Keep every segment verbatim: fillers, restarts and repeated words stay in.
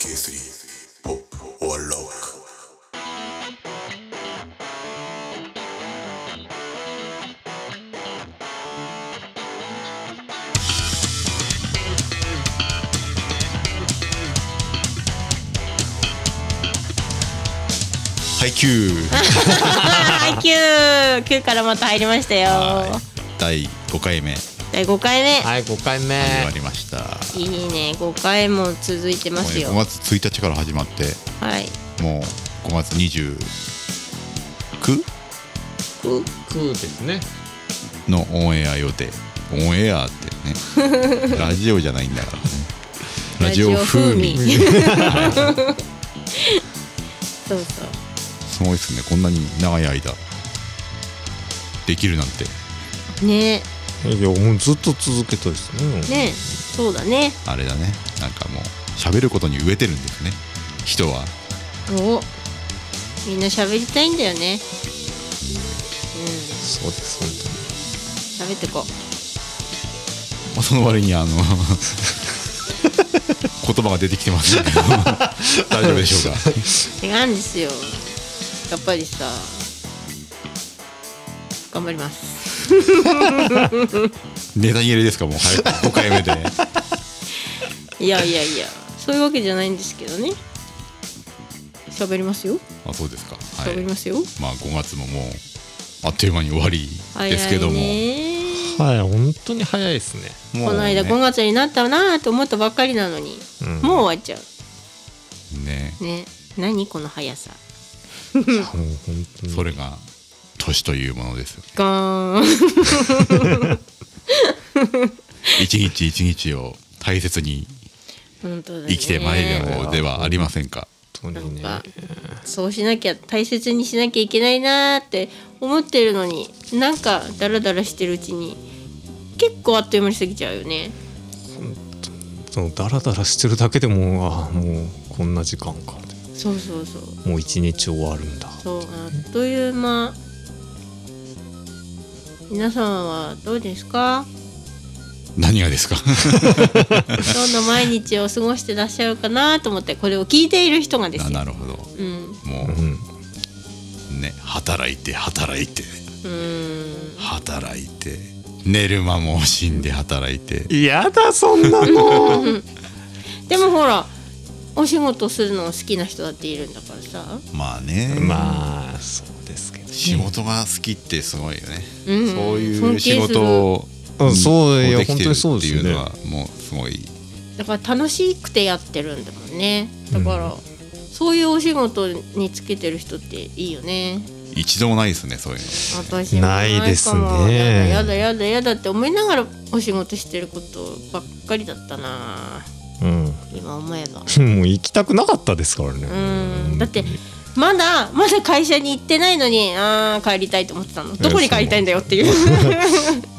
ケースリー ポップ or ロック。 ハイキューハイキューきゅうからまた入りましたよ。 だいごかいめだいごかいめ、 はいごかいめ始まりました。 いいね、ごかいも続いてますよ。 ごがつついたちから始まってはい、 もうごがつにじゅうくくくですね。 のオンエア予定。オンエアってねラジオじゃないんだからね。ラジオ風味そうそう、 すごいですね。こんなに長い間できるなんて。 ねいやもうずっと続けたいですね。 ね、そうだね。 あれだね、なんかもう喋ることに飢えてるんですね、人は。 お、みんな喋りたいんだよね。 そうですうん、喋ってこまあその割にあの言葉が出てきてますけど大丈夫でしょうか。 う。違うんですよ、やっぱりさ、頑張ります。 ネタ切れですか、もうごかいめで。 いやいやいや、そういうわけじゃないんですけどね。喋りますよ。 あ、そうですか。はい。 喋りますよ。 まあごがつももうあっという間に終わりですけども、 早いね。 はい本当に早いですね。 もうね、 この間ごがつになったなと思ったばっかりなのに、 うんもう終わっちゃね、 うね。何この速さ。 もう本当にそれが年というものですよね。 ガーン。 一日一日を大切に本当だね。 生きてまいるのではありませんか。 本当にね。 なんかそうしなきゃ、大切にしなきゃいけないなって思ってるのに、なんかダラダラしてるうちに結構あっという間に過ぎちゃうよね。 そのダラダラしてるだけでもあもうこんな時間か。 そうそうそう。 もう一日終わるんだ。 そう、あっという間。皆様はどうですか？ 何がですか。 どんな毎日を過ごしてらっしゃるかなと思って、これを聞いている人がですよ。 あ、なるほど。 うん。 もうんうね、働いて働いてうーん。 働いて、寝る間も惜しんで働いて。 やだそんなの。 でもほら、お仕事するの好きな人だっているんだからさ。 まあね、 まあそうですけど、ね、 仕事が好きってすごいよね。 うん、 そういう仕事をあそういやできてる本当にそうってですね。 いうのはもうすごい。 だから楽しくてやってるんだもんね。だから、うん、そういうお仕事につけてる人っていいよね。 一度もないですね、そういうの。 私もないかも。 ないですね。 やだやだやだって思いながらお仕事してることばっかりだったな。 うん、 今思えばもう行きたくなかったですからね。 うん、だってまだまだ会社に行ってないのに、あー帰りたいと思ってたの。どこに帰りたいんだよっていう。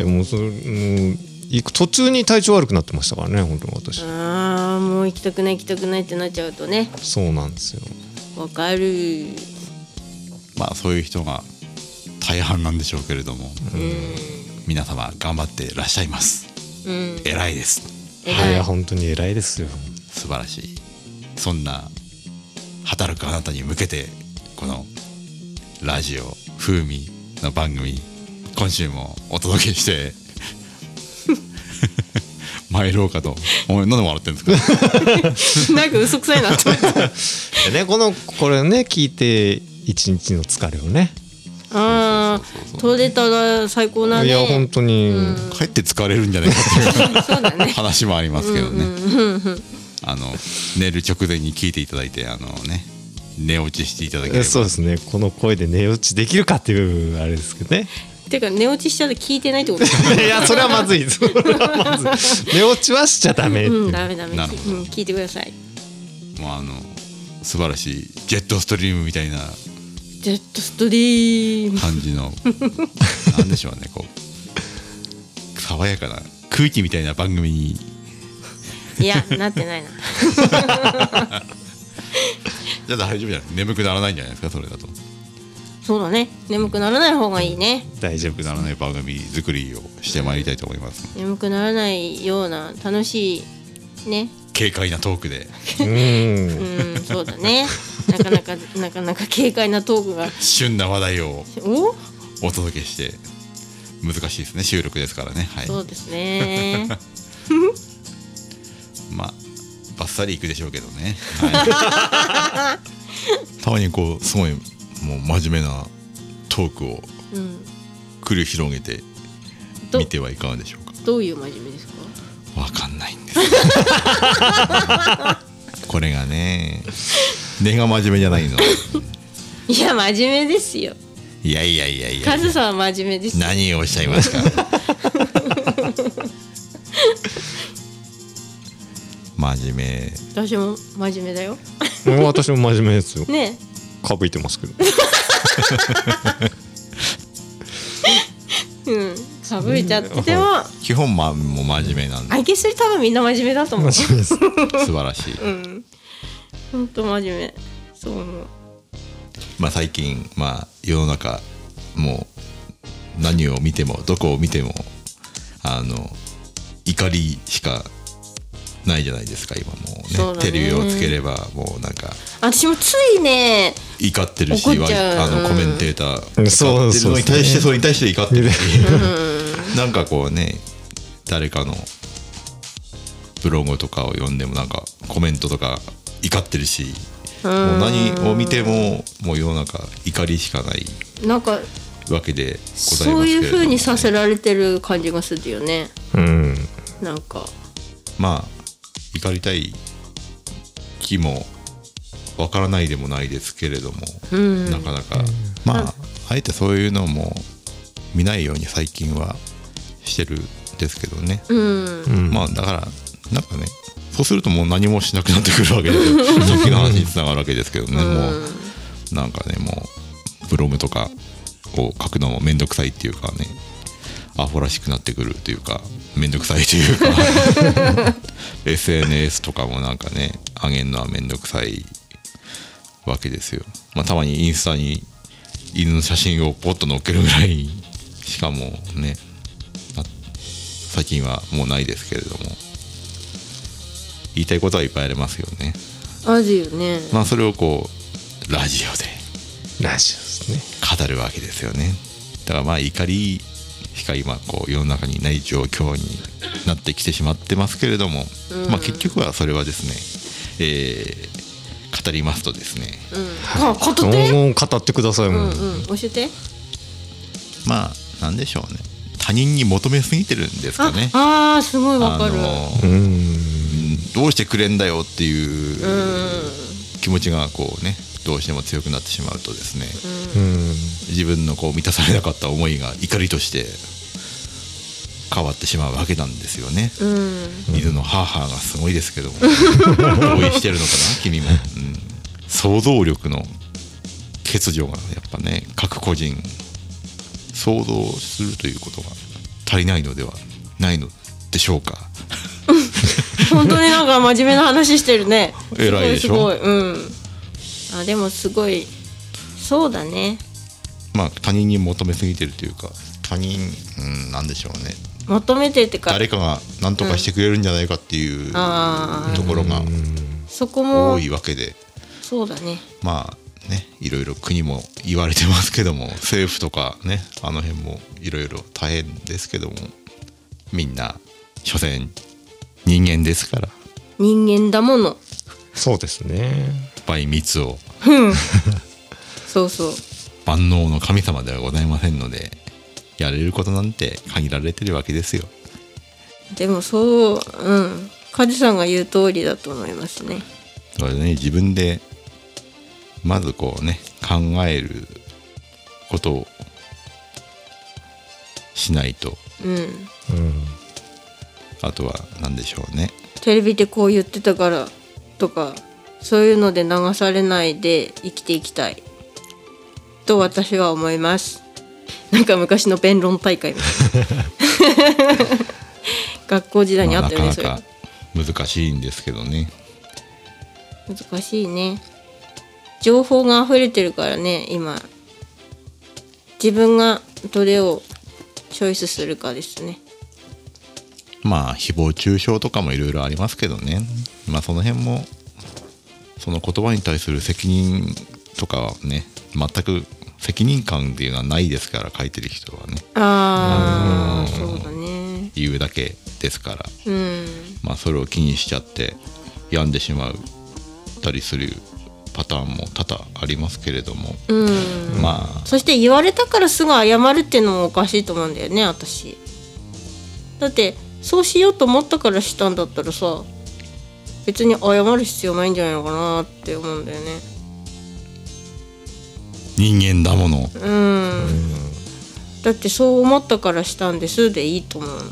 もうそれもう行く途中に体調悪くなってましたからね、本当に私。 ああ、もう行きたくない行きたくないってなっちゃうとね。 そうなんですよ。 わかる。 まあそういう人が大半なんでしょうけれども、 うん、 皆様頑張ってらっしゃいます。 うん、 偉いです。 いや本当に偉いですよ。 素晴らしい。そんな働くあなたに向けて、このラジオ風味の番組、今週もお届けして参ろうかと。お前何で笑ってるんですか。 なんか嘘くさいなと思ってね、このこれね聞いて一日の疲れをね。 ああ、取れたら最高だね。 いや本当に、うん、 帰って疲れるんじゃないかっていうそうだね、 話もありますけどね。 うんうんうん、 あの寝る直前に聞いていただいて、あのね、寝落ちしていただければ。 そうですね、この声で寝落ちできるかっていうあれですけどね。 てか寝落ちしちゃって聞いてないってこといやそれはまずいそれはまずい寝落ちはしちゃダメっていう、 うん、ダメダメ、うん、聞いてください。 もうあの素晴らしいジェットストリームみたいなジェットストリーム感じのなんでしょうね、こう爽やかな空気みたいな番組に。 いやなってないな。 じゃあ大丈夫じゃない、眠くならないんじゃないですか、それだと。 そうだね、眠くならない方がいいね。 大丈夫ならない番組作りをしてまいりたいと思います。 眠くならないような楽しいね軽快なトークでうんうんそうだねなかなかなかなか軽快なトークが旬な話題をおお届けして難しいですね収録ですからねはいそうですねまあバッサリいくでしょうけどね、はい、たまにこうすごいもう真面目なトークをうん繰り広げてどみてはいかがでしょうか。 どういう真面目ですか？ わかんないんですこれがね根が真面目じゃないのいや真面目ですよ。 いやいやいやいやカズさんは真面目ですよ。 何をおっしゃいますか真面目私も真面目だよもう私も真面目ですよ。 ねかぶいてますけど。 うんかぶいちゃってても基本まもう真面目なんであいけすり多分みんな真面目だと思う。 真面目です。 素晴らしい、 うんほんと真面目そう思う。 まあ最近まあ世の中もう何を見てもどこを見てもあの怒りしかないじゃないですか今もうねそうだねテレビをつければもうなんか私もついね怒ってるし怒っちゃうあの、 うんコメンテーターうん怒そうってるのに対してそれに対して怒ってるしうんなんかこうね誰かのブログとかを読んでもなんかコメントとか怒ってるしもう何を見てももう世の中怒りしかないなんかわけでございますけれども、 そうね、 いう風にさせられてる感じがするよね。 うん。 なんかまあ怒りたい気もわからないでもないですけれども、 うんなかなか、まああえてそういうのも見ないように最近はしてるんですけどね、 うんうんまあだからなんかねそうするともう何もしなくなってくるわけですよさっきの話につながるわけですけどね、 うんもうなんかねもうブログとかこう書くのもめんどくさいっていうかねアホらしくなってくるというかめんどくさいというかエスエヌエス とかもなんかね上げるのはめんどくさいわけですよ。まあたまにインスタに犬の写真をポッと載っけるぐらいしかもね最近はもうないですけれども言いたいことはいっぱいありますよね。 あるよね。 まあそれをこうラジオでラジオですね。 語るわけですよね。だからまあ怒りしか今こう世の中にない状況になってきてしまってますけれども、 うんまあ結局はそれはですね、えー、語りますとですね、 うん、あ語ってもう語ってくださいもう。 うんうん教えて。 まあなんでしょうね他人に求めすぎてるんですかね。 ああーすごいわかる。 あのうん。 どうしてくれんだよっていううん気持ちがこうねどうしても強くなってしまうとですね、 うん。 自分のこう満たされなかった思いが怒りとして変わってしまうわけなんですよね。 うん犬のハーハーがすごいですけども同意してるのかな君も、うん、想像力の欠如がやっぱね各個人想像するということが足りないのではないのでしょうか。 本当になんか真面目な話してるね。 偉いでしょすごいすごいうんあでもすごいそうだね。 まあ他人に求めすぎてるというか他人、うん、なんでしょうね求めてってか誰かが何とかしてくれるんじゃないかっていうあところがそこも多いわけで、 そうだね。 まあねいろいろ国も言われてますけども政府とかねあの辺もいろいろ大変ですけどもみんな所詮人間ですから人間だもの。 そうですね。 倍蜜をそうそう万能の神様ではございませんのでやれることなんて限られてるわけですよ。 でもそううんカジさんが言う通りだと思いますね。 それでね自分でまずこうね考えることをしないとうんうん。 あとは何でしょうねテレビでこう言ってたからとかそういうので流されないで生きていきたいと私は思います。なんか昔の弁論大会みたいな学校時代にあったよね、 まあ、なそれかなか難しいんですけどね。 難しいね。情報が溢れてるからね今自分がどれをチョイスするかですね。 まあ誹謗中傷とかもいろいろありますけどね、 まあその辺もその言葉に対する責任とかはね全く責任感っていうのはないですから、書いてる人はねああそうだね。 言うだけですから、 うんまあそれを気にしちゃって病んでしまうたりするパターンも多々ありますけれども、 うんまあそして言われたからすぐ謝るっていうのもおかしいと思うんだよね私。だってそうしようと思ったからしたんだったらさ、別に謝る必要ないんじゃないのかなって思うんだよね。 人間だもの。 うん、だってそう思ったからしたんですでいいと思うの。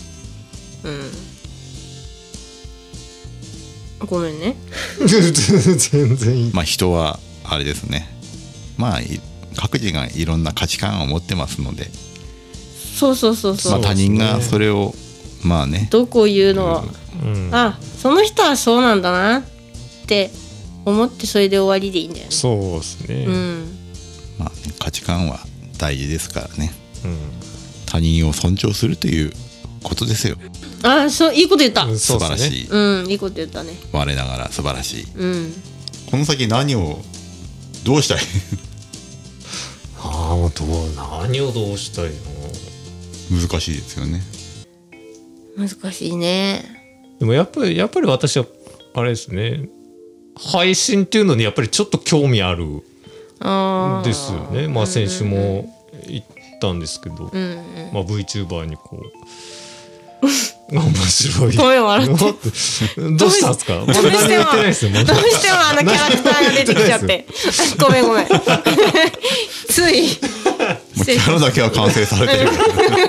うんごめんね。 全然いい。 まあ人はあれですね、まあい各自がいろんな価値観を持ってますので、 そうそうそうそう、 まあ、他人がそれをまあねどこを言うのは、 うん、 あその人はそうなんだなって思ってそれで終わりでいいんだよね。 そうですね。 うん、 まあね価値観は大事ですからね、 うん他人を尊重するということですよ。 あそういいこと言った。 うん素晴らしい、 うんいいこと言ったね。 我ながら素晴らしい。 うんこの先何をどうしたいああ、どう何をどうしたいの。 難しいですよね。 難しいね。 でもやっぱりやっぱり私はあれですね、配信っていうのにやっぱりちょっと興味あるあーですよね。まあ先週も言ったんですけど、 うんうんまあ VTuber にこう面白い。 ごめん笑ってどうしたんですか。まだどうしても何も言ってないですよ。まだどうしてもあのキャラクターが出てきちゃってごめんごめんついもうキャラだけは完成されてる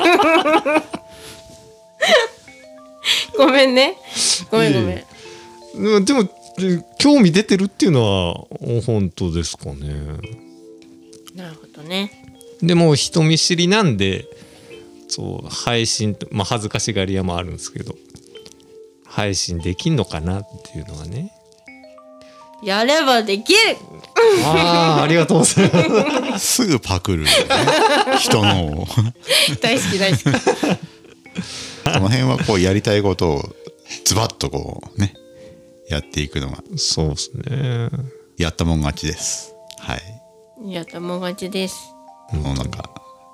ごめんねごめんごめん。 いえいえでもで興味出てるっていうのは本当ですかね。 なるほどね。 でも人見知りなんで、そう配信と、まあ恥ずかしがり屋もあるんですけど、配信できんのかなっていうのはね。 やればできる。 ああ、ありがとうございます。 すぐパクる、ね、人のを大好き大好き。 その辺はこうやりたいことをズバッとこうねやっていくのがそうですね。 やったもん勝ちです。はいやったもん勝ちです。 世の中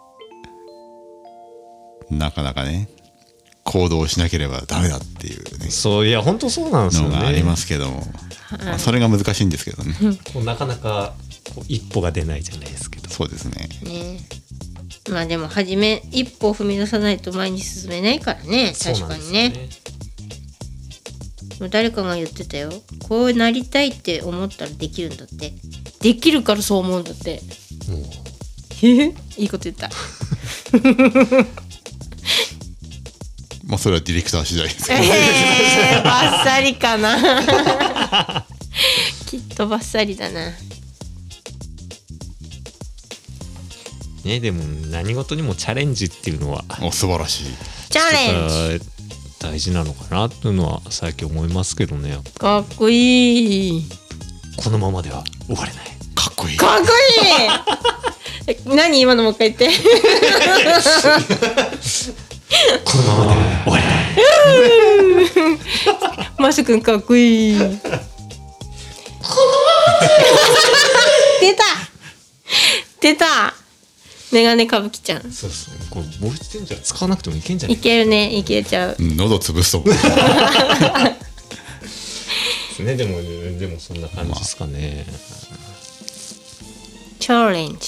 なかなかね行動しなければダメだっていうねそういや本当そうなんですよね。 のがありますけども、まあ、それが難しいんですけどねこうなかなかこう一歩が出ないじゃないですけど。 そうですね。 ねまあでも初め一歩を踏み出さないと前に進めないからね。確かにね。もう誰かが言ってたよ。こうなりたいって思ったらできるんだって。できるからそう思うんだって。えいいこと言った。 まあそれはディレクター次第ですけど、 えー、バッサリかな。きっとバッサリだな。 ね、でも何事にもチャレンジっていうのはお素晴らしい。 チャレンジ大事なのかなっていうのは最近思いますけどね。 かっこいい。 このままでは終われない。 かっこいい。 かっこいい。何今のもう一回言って。 このままでは終われない。 マスくんかっこいい。出た出た。メガネ歌舞伎ちゃん。 そうですね。これボイスチェンジャー使わなくてもいけんじゃないいけるね、いけちゃう。 うん喉潰すと思う。 ですね。でもでもそんな感じですかね。 チャレンジ。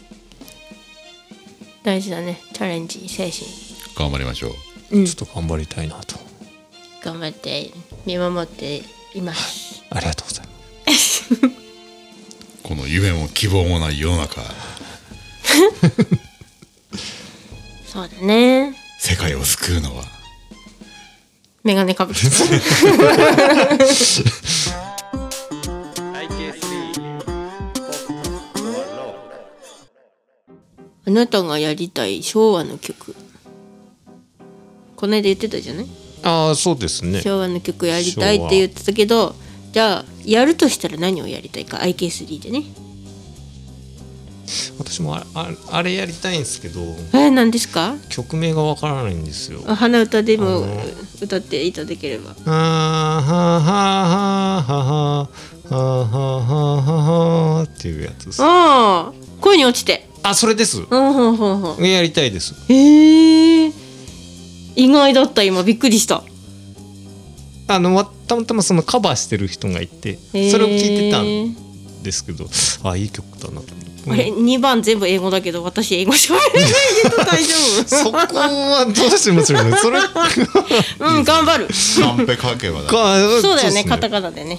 大事だね。チャレンジ精神。 頑張りましょう。 うんちょっと頑張りたいなと。 頑張って見守っています。 ありがとうございます。 この夢も希望もない世の中、 そうだね。 世界を救うのはメガネ歌舞伎ちゃん。あなたがやりたい昭和の曲。この間言ってたじゃない。 ああ、そうですね。 昭和の曲やりたいって言ってたけど、じゃあやるとしたら何をやりたいか アイケースリー でね。 私もあああれやりたいんですけどえー、何ですか？ 曲名がわからないんですよ。 あ、鼻歌でもあの歌っていただければ。 あーはーはーはーはーはーはーはーはーっていうやつです。 ああ、恋に落ちて。 あ、それです。 うん、ほんほんほん。 やりたいです。 へえ、意外だった。今びっくりした。 あのわたまたまそのカバーしてる人がいて、 へーそれを聞いてたんですけど、あ、いい曲だなと思って。 あれ、にばん全部英語だけど私英語喋れないけど大丈そこはどうしてもするね。それ夫？うん、頑張る。 カンペ書けばだかそうだよね、 そカタカナでね。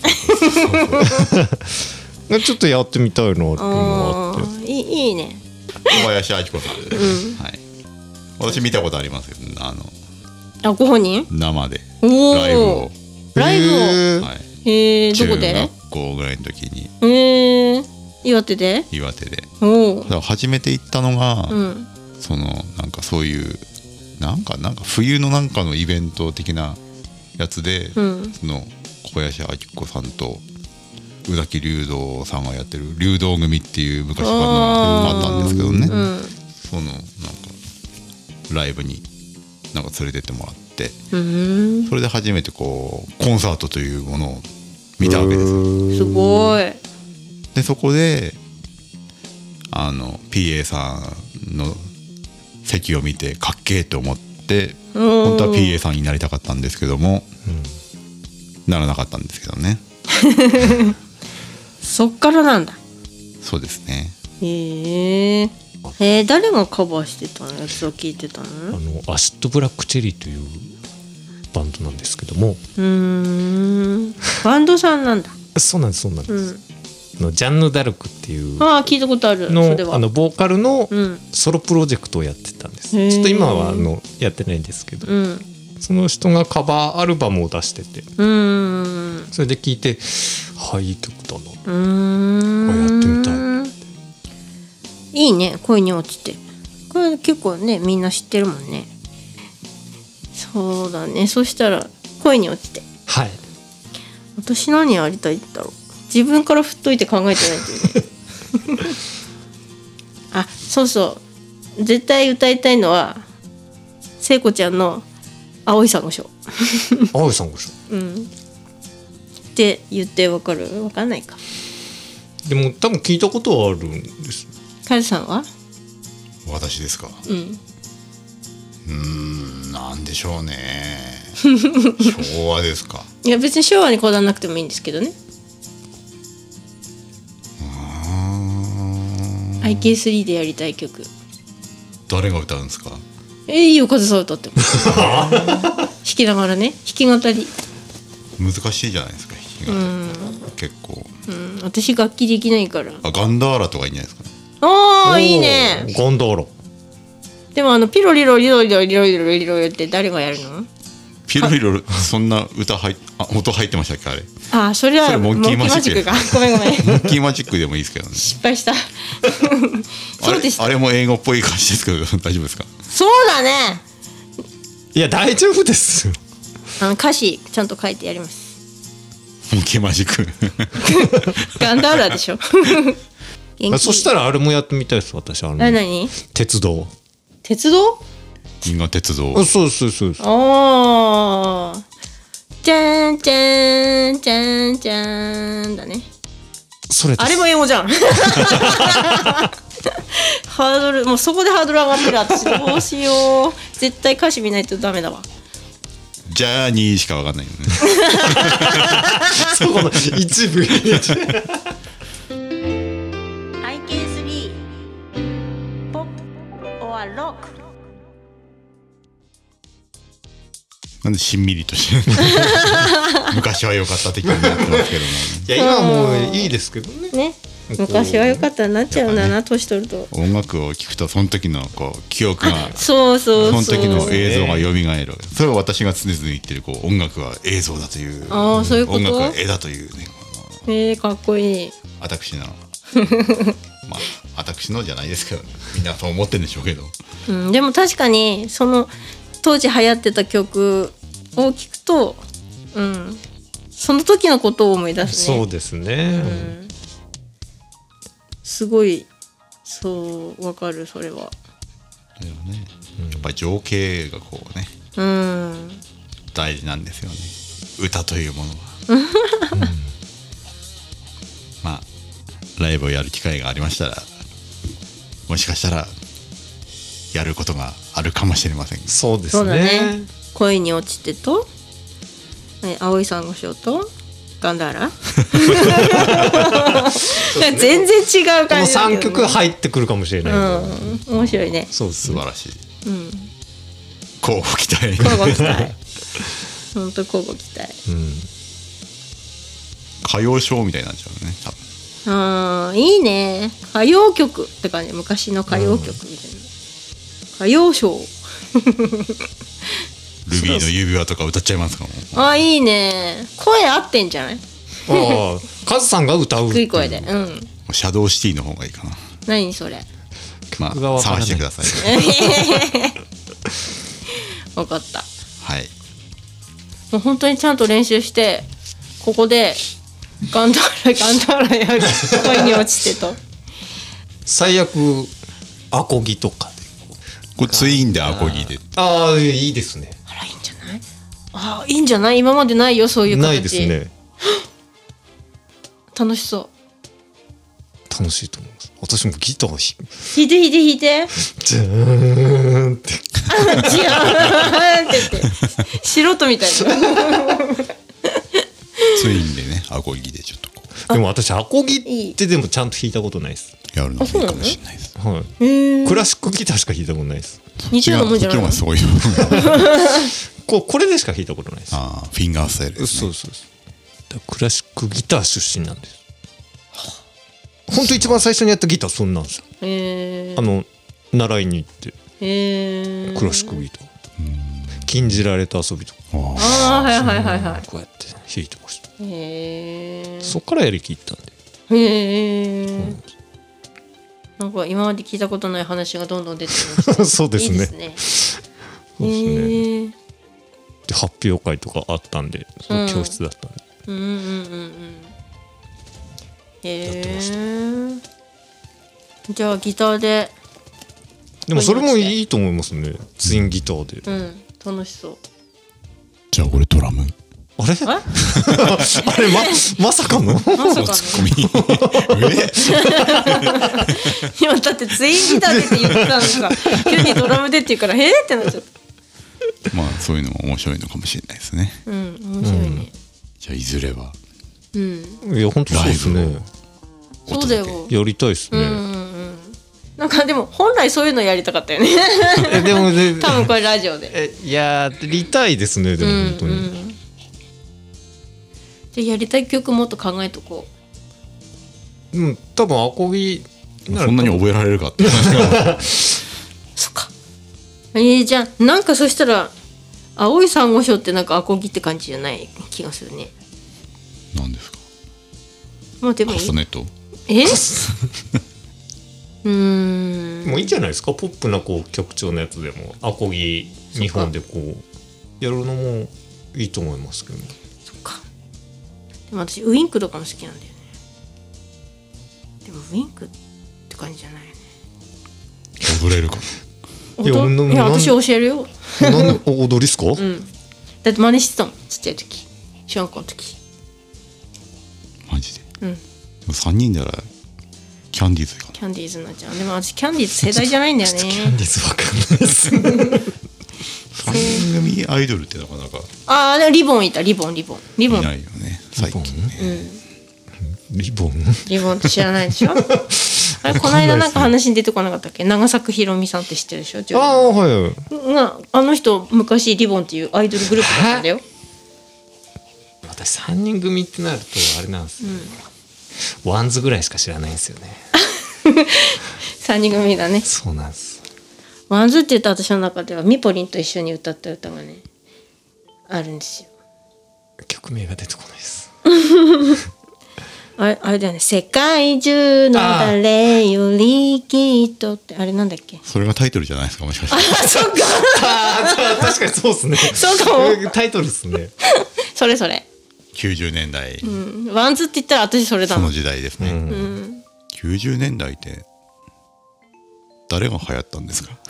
ちょっとやってみたいなっていうのがあって。 あー、いいいいね。 小林明子さんです、はい、私見たことありますよ、あのあ、ご本人？ 生でおお。 ライブを、 ライブを。 へーはい、 へえ、ど中こで？ 学校ぐらいの時にへえ、岩手で？ 岩手でおおだ。から初めて行ったのが、 うん。 そのなんかそういうなんかなんか冬のなんかのイベント的なやつで、 うん。 その小林明子さんと宇崎竜童さんがやってる竜童組っていう昔からあったんですけどね、 うん。 そのなんかライブになんか連れてってもらってうん。 それで初めてこうコンサートというものを見たわけですよ。 すごい。 でそこであの ピーエー さんの席を見てかっけえと思って本当は ピーエー さんになりたかったんですけども、ならなかったんですけどね。 そっからなんだ。 そうですね。 へえ。えー、誰がカバーしてたのやつを聞いてたの？ あのアシッドブラックチェリーというバンドなんですけども、 うーん。バンドさんなんだ。 そうなんですそうなんです、 うん。 あのジャンヌ・ダルクっていうああ、聞いたことある。 のそれは。 あのボーカルのうん。 ソロプロジェクトをやってたんです。 へーちょっと今はあのやってないんですけど、 うん。 その人がカバーアルバムを出してて、 うーん。 それで聞いて、はい、いい曲だな。 うーん。 あやってみたいいね、恋に落ちて。これ結構ね、みんな知ってるもんね。そうだね。そしたら恋に落ちて。 はい。 私何やりたいんだろう。自分から振っといて考えてないんだよね。あ、そうそう。絶対歌いたいのは聖子ちゃんの青い珊瑚礁。 青いさんごしょ。 うん。って言ってわかる？わかんないか。 でも多分聞いたことはあるんです。 カズさんは？ 私ですか。 うん。 うーん、なんでしょうね。昭和ですか。 いや別に昭和にこだわらなくてもいいんですけどね。 あアイケースリー でやりたい曲。 誰が歌うんですか。 えー、いいよ、カズさん歌っても。弾きながらね、弾き語り。 難しいじゃないですか。弾き語りうん。 結構。 うん、私楽器できないから。 あ、ガンダーラとかいいんじゃないですかね。 ああ、いいね。 ゴンドーロ。 でもあのピロリロリロリロリロリロリロリって誰がやるの？ ピロリロそんな歌入っあ音入ってましたっけあれ。 ああ、それはそれモンキーマジックか。ごめんごめん。 モンキーマジックでもいいですけどね。 失敗した。 あそうでした。 れあれも英語っぽい感じですけど大丈夫ですか。 そうだね。 いや大丈夫ですよ。 あの歌詞ちゃんと書いてやります。 モンキーマジック。 ガンダーラでしょ。元気そしたらあれもやってみたいです私。あのな何？ 鉄道。 鉄道？ 銀河鉄道。 あ、そうそうそうそう。 ああ。じゃんじゃんじゃんじゃんだね。 それです。 あれも英語じゃん。ハードルもうそこでハードル上がってる。私どうしよう。絶対歌詞見ないとダメだわ。 ジャーニーしかわかんないよね。 そこの一部。 アイケースリー ポップ or ロック。 なんでしんみりとして昔は良かった的になってますけども、 いや今はもういいですけどね。 ね。昔は良かったになっちゃうんだな、年取ると。 音楽を聴くとその時のこう記憶がそうそうそう。 その時の映像が蘇る。それは私が常々言ってるこう音楽は映像だという、 あーそういうこと音楽は絵だというね、 えー、かっこいい。 私のまあ私のじゃないですけど、みんなそう思ってるんでしょうけど、 うん、でも確かにその当時流行ってた曲を聞くと、うん、その時のことを思い出すね。 そうですね。 うん、すごいそうわかるそれは。 だよね、やっぱり情景がこうねうん大事なんですよね、歌というものは、うん、まあライブをやる機会がありましたらもしかしたらやることがあるかもしれません。 そうですね。 そうだね。恋に落ちてと、え青い珊瑚礁とガンダーラ全然違う感じだけど、ね、 このさんきょく入ってくるかもしれない、 うん、面白いね。 そうです素晴らしい、 うん、 交互期待交互期待本当交互期待、 うん、 歌謡ショーみたいになっちゃうね多分。 あーいいね、歌謡曲って感じ、昔の歌謡曲みたいな、うん、歌謡ショールビーの指輪とか歌っちゃいますかも。 あいいね、声合ってんじゃない。 ああカズさんが歌う低い声で、うん、 シャドウシティの方がいいかな。 何それ。 まあ探してください分かった。 はい、 もう本当にちゃんと練習してここでガンダーラガンダーラやる恋に落ちてと最悪アコギとかでこれツインでアコギで、 ああいいですね。 あらいいんじゃない。あいいんじゃない、今までないよそういう形。 ないですね。 楽しそう。 楽しいと思います。私もギター弾弾いて弾いて弾いてジャーンってジャーンって言って素人みたいなツインでねアコギでちょっとこう。でも私アコギってでもちゃんと弾いたことないです。 やるのもいいかもしれないです。 はい、クラシックギターしか弾いたことないです。 日曜のもんじゃないの。 そっちの方がすごいこ, これでしか弾いたことないです。 ああフィンガースタイルですね。 そうそうそう。だクラシックギター出身なんです。本当一番最初にやったギターそんなんですよ。 へあの習いに行ってへクラシックギター禁じられた遊びとかああはいはいはいはいこうやって弾いてました。 へえ。 そっからやりきったんで。 へえ、うん、なんか今まで聞いたことない話がどんどん出てきましたそうですね。 いいですね。 そうですね。で発表会とかあったんで、その教室だったんで、 うん、うんうんうんうんへえ。じゃあギターで。 でもそれもいいと思いますね。ツインギターで。 うん楽しそう。 じゃあこれドラム。 あれ？あれままさかの？まさかの。 ツッコミ。 今だってツインギターでって言ってたのさ、急にドラムでって言うからへーってなっちゃった。 まあそういうのも面白いのかもしれないですね。 うん面白いね。うん、 じゃあいずれは。 うん。 いや本当そうですね。 そうだよ。 やりたいですね。 うんうんうん。なんかでも本来そういうのやりたかったよね。 でもね、 多分これラジオで。 えいやりたいですねでも本当に。うんうん、 じゃあやりたい曲もっと考えとこう。うん多分アコギそんなに覚えられるかって。 そっか。えー、じゃあなんかそしたら青い珊瑚礁ってなんかアコギって感じじゃない気がするね。 なんですか。 もうでもいい。 カスタネット。 え？うーんもういいんじゃないですか。ポップなこう曲調のやつでもアコギにほんでこうやるのもいいと思いますけどね。 そっか。でも私ウインクとかも好きなんだよね。でもウインクって感じじゃないよね。 踊れるかな。踊いや私教えるよ。 なんで踊りっすか？うん。 だって真似してたもんちっちゃい時小学校の時。 マジで。 うん。 でもさんにんならキャンディーズかな。 キャンディーズになっちゃう。でも私キャンディーズ世代じゃないんだよね。 キャンディーズわかんないです。 さんにん組アイドルってなかなか。 ああでもリボンいたリボンリボンリボン。 いないよね最近ね。 うん。 リボン？ リボンって知らないでしょ。あれこの間なんか話に出てこなかったっけ。長作ひろみさんって知ってるでしょ。 ああはい。 があの人昔リボンっていうアイドルグループだったんだよ。 私さんにん組ってなるとあれなんですよ、うん、ワンズぐらいしか知らないんですよね。 さんにん組だね。 そうなんです。 ワンズって言った私の中ではミポリンと一緒に歌った歌がねあるんですよ。 曲名が出てこないです。 あれ、あれだよね。世界中の誰よりきっとってあれなんだっけ。 それがタイトルじゃないですかもしかして。 あそっか。 あ確かにそうですね。 そうかも。 タイトルですね。 それそれ。 きゅうじゅうねんだい、 うん、ワンズって言ったら私それだもん。 その時代ですね、うん、きゅうじゅうねんだいって誰が流行ったんですか？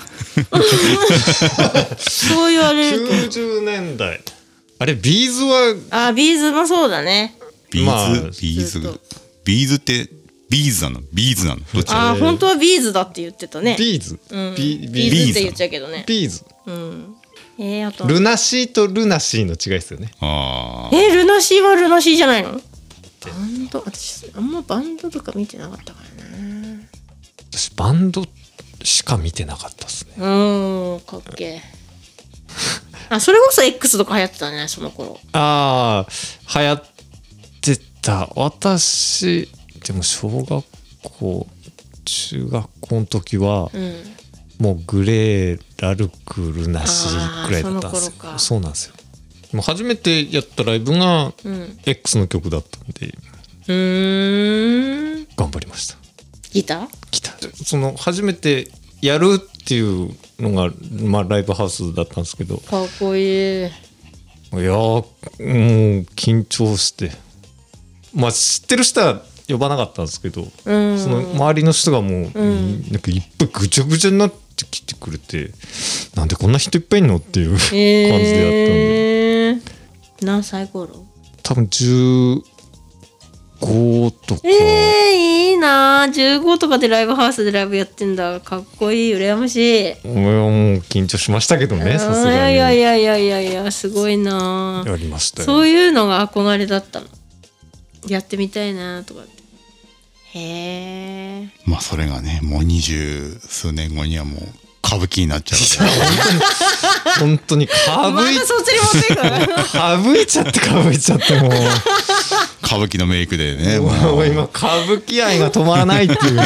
そう言われるきゅうじゅうねんだいあれビーズはとあビーズもそうだね。 ビーズ、 まあビーズずっとビーズってビーズなのビーズなのどっち？ あ本当はビーズだって言ってたね。 ビーズ、 うん、 ビビーズって言っちゃうけどね。 ビーズうん、えー、あとルナシーとルナシーの違いですよね。 ああ、 えー、ルナシーはルナシーじゃないの？バンド私あんまバンドとか見てなかったからね。 私バンドしか見てなかったですね。 うーんかっけえあそれこそ X とか流行ってたねその頃。 ああ流行ってた。私でも小学校中学校の時は、 うんもうグレーラルクルナシーくらいだったんですよ。 あーその頃かそうなんですよ。もう初めてやったライブがうん X の曲だったんでうーん頑張りました。 ギター来たその初めてやるっていうのが、まあ、ライブハウスだったんですけど、 かっこいい。 いやーもう緊張して、まあ知ってる人は呼ばなかったんですけど、 うんその周りの人がもう、 んなんかいっぱいぐちゃぐちゃになってきてくれて、なんでこんな人いっぱいいんのっていう感じでやったんで、 えー、何歳頃？ 多分じゅうごとか、 えー、いいなーじゅうごとかでライブハウスでライブやってんだ。かっこいい羨ましい。 俺はもう緊張しましたけどね、さすがにいやいやいやいやいやいやすごいなー。 やりましたよ。 そういうのが憧れだったの。やってみたいなとかって。へえ。 まあそれがねもう二十数年後にはもう歌舞伎になっちゃう本当にかぶいまたそっちに持っていくかぶいちゃってかぶいちゃってもう歌舞伎のメイクでねももうう今歌舞伎愛が止まらないっていうね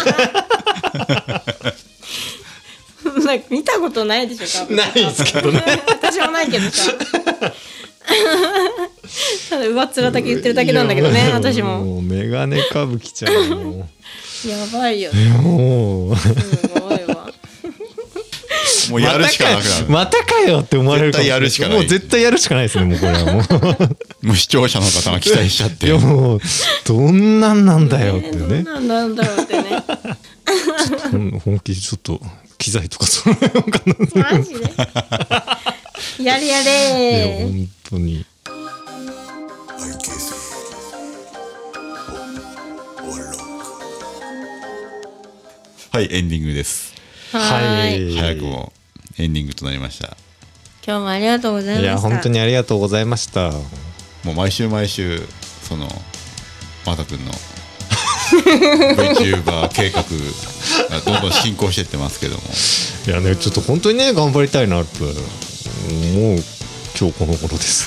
なんか見たことないでしょ多分。 ないですけどね私もないけどさただ上っ面だけ言ってるだけなんだけどね私も。 もうメガネ歌舞伎ちゃんもやばいようもうすごいわ。 もうやるしかなくなる、 またかよって思われるかも絶対やるしかないもう絶対やるしかないですねもうこれはもうもう視聴者の方が期待しちゃっていやもうどんなんなんだよってえーどねんなんなんだろうってね。 ほん本気でちょっと機材とかそのようかなマジでやれやいやれ本当にアイケースオアロック。 はいエンディングです。 ははいーい早くもエンディングとなりました。 今日もありがとうございました。 いや本当にありがとうございました。 もう毎週毎週そのまたくんの VTuber 計画がどんどん進行していってますけどもいやねちょっと本当にね頑張りたいなと思う今日この頃です。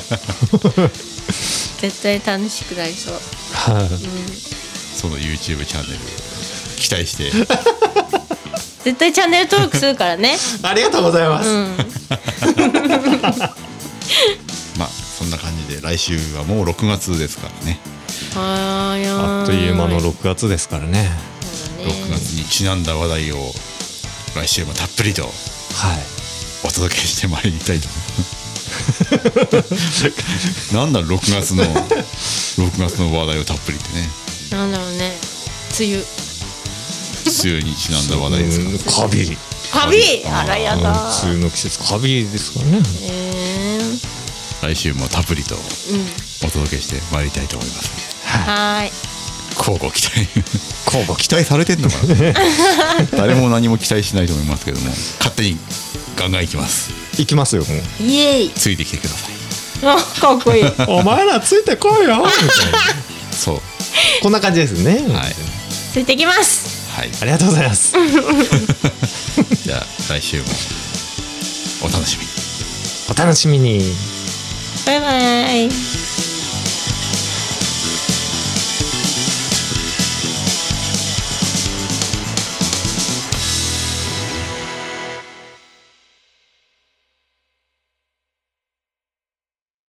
絶対楽しくなりそう。 はい。 その YouTube チャンネル期待して絶対チャンネル登録するからね。 ありがとうございます。 うん。 まあそんな感じで来週はもうろくがつですからね。 はーい。 あっという間のろくがつですからね。 そうだねろくがつにちなんだ話題を来週もたっぷりとはい。 お届けしてまいりたいと思いますなんだろうろくがつのろくがつの話題をたっぷりってねなんだろうね。梅雨。 梅雨にちなんだ話題ですか。 カビリ。 カビ。あらやだ。 梅雨の季節カビリですからね。 えー、 来週もたっぷりとうん。 お届けしてまいりたいと思います。 はーい。 交互期待交互期待されてんのかな誰も何も期待しないと思いますけども勝手にガンガンいきます。 行きますよもう。 イエーイ。 ついてきてください。 あ、かっこいい。 お前らついてこいよみたいな。 そうこんな感じですね。 はいついてきます。 はいありがとうございます。 じゃあ来週もお楽しみに。 お楽しみに。 バイバイ。